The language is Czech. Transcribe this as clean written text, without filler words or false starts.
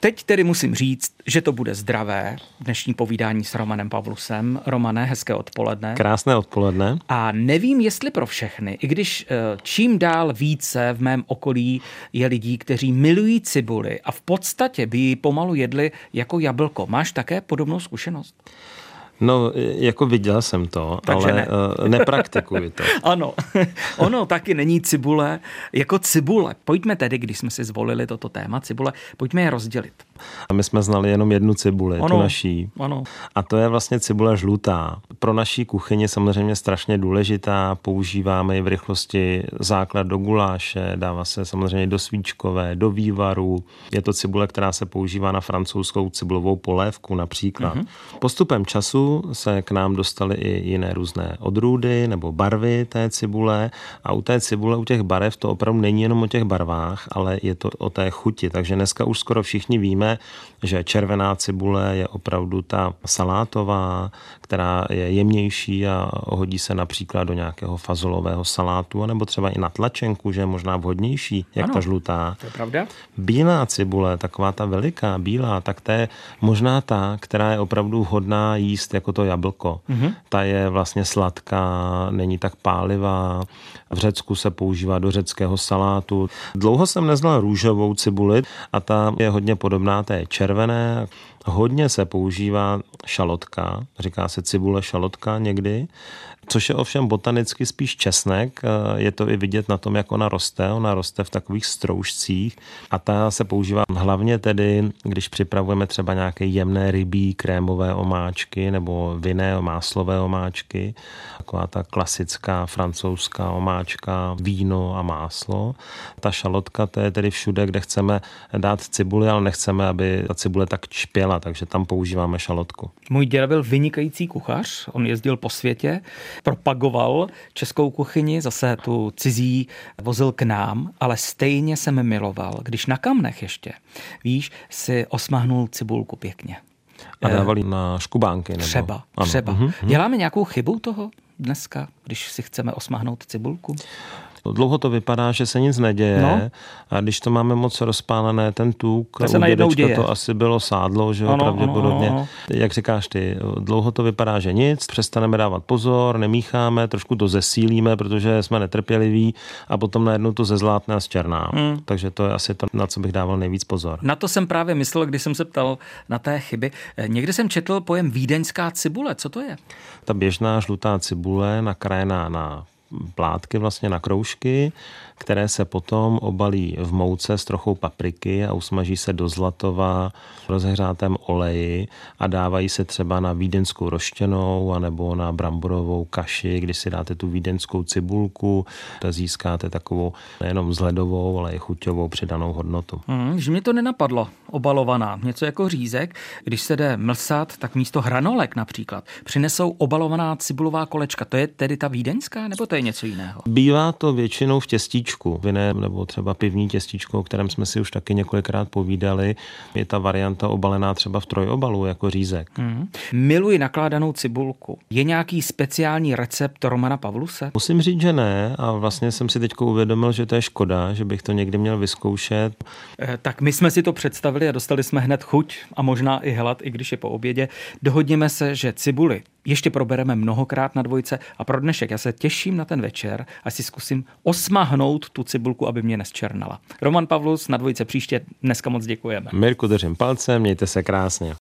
Teď tedy musím říct, že to bude zdravé. Dnešní povídání s Romanem Pavlusem. Romane, hezké odpoledne. Krásné odpoledne. A nevím, jestli pro všechny, i když čím dál více v mém okolí je lidí, kteří milují cibuli a v podstatě by ji pomalu jedli jako jablko. Máš také podobnou zkušenost? No, jako viděl jsem to, takže ale nepraktikuji to. Ano, ono taky není cibule jako cibule. Pojďme tedy, když jsme si zvolili toto téma cibule, pojďme je rozdělit. A my jsme znali jenom jednu cibuli, tu naší. Ano. A to je vlastně cibule žlutá. Pro naší kuchyni samozřejmě strašně důležitá, používáme ji v rychlosti základ do guláše, dává se samozřejmě do svíčkové, do vývaru. Je to cibule, která se používá na francouzskou cibulovou polévku například. Postupem času se k nám dostaly i jiné různé odrůdy nebo barvy té cibule a u té cibule, u těch barev to opravdu není jenom o těch barvách, ale je to o té chuti. Takže dneska už skoro všichni víme, že červená cibule je opravdu ta salátová, která je jemnější a hodí se například do nějakého fazolového salátu, nebo třeba i na tlačenku, že je možná vhodnější, jak ta žlutá. To je pravda. Bílá cibule, taková ta veliká bílá, tak to je možná ta, která je opravdu vhodná jíst jako to jablko. Ta je vlastně sladká, není tak pálivá. V Řecku se používá do řeckého salátu. Dlouho jsem neznal růžovou cibuli a ta je hodně podobná té červené. Hodně se používá šalotka, říká se cibule šalotka někdy, což je ovšem botanicky spíš česnek. Je to i vidět na tom, jak ona roste. Ona roste v takových stroužcích a ta se používá hlavně tedy, když připravujeme třeba nějaké jemné rybí, krémové omáčky nebo vinné máslové omáčky. Taková ta klasická francouzská omáčka, víno a máslo. Ta šalotka, to je tedy všude, kde chceme dát cibuli, ale nechceme, aby ta cibule tak čpěla, takže tam používáme šalotku. Můj děda byl vynikající kuchař, on jezdil po světě, propagoval českou kuchyni, zase tu cizí vozil k nám, ale stejně jsem miloval, když na kamnech ještě, víš, si osmahnul cibulku pěkně. A dávali na škubánky? Nebo? Třeba. Děláme nějakou chybu toho dneska, když si chceme osmahnout cibulku? Dlouho to vypadá, že se nic neděje a když to máme moc rozpálené, ten tuk, to se najednou děje. To asi bylo sádlo, že jo, pravděpodobně. Ano. Jak říkáš ty, dlouho to vypadá, že nic, přestaneme dávat pozor, nemícháme, trošku to zesílíme, protože jsme netrpěliví a potom najednou to zezlátne a zčerná. Takže to je asi to, na co bych dával nejvíc pozor. Na to jsem právě myslel, když jsem se ptal na té chyby. Někde jsem četl pojem vídeňská cibule, co to je? Ta běžná žlutá cibule nakrájená na plátky, vlastně na kroužky, které se potom obalí v mouce s trochou papriky a usmaží se do zlatova v rozehřátém oleji a dávají se třeba na vídeňskou roštěnou anebo na bramborovou kaši, když si dáte tu vídeňskou cibulku, to získáte takovou nejenom vzhledovou, ale i chuťovou přidanou hodnotu. Že mě to nenapadlo, obalovaná, něco jako řízek. Když se jde mlsat, tak místo hranolek například přinesou obalovaná cibulová kolečka. To je tedy ta vídeňská, nebo to je něco jiného? Bývá to většinou v těstíčku, vinné nebo třeba pivní těstíčko, o kterém jsme si už taky několikrát povídali. Je ta varianta obalená třeba v trojobalu jako řízek. Miluji nakládanou cibulku. Je nějaký speciální recept Romana Pavluse? Musím říct, že ne a vlastně jsem si teď uvědomil, že to je škoda, že bych to někdy měl vyzkoušet. Tak my jsme si to představili a dostali jsme hned chuť a možná i hlad, i když je po obědě. Dohodněme se, že cibuli ještě probereme mnohokrát na dvojce a pro dnešek já se těším na ten večer a si zkusím osmahnout tu cibulku, aby mě nezčernala. Roman Pavlus na dvojce příště, dneska moc děkujeme. Mirku, držím palce, mějte se krásně.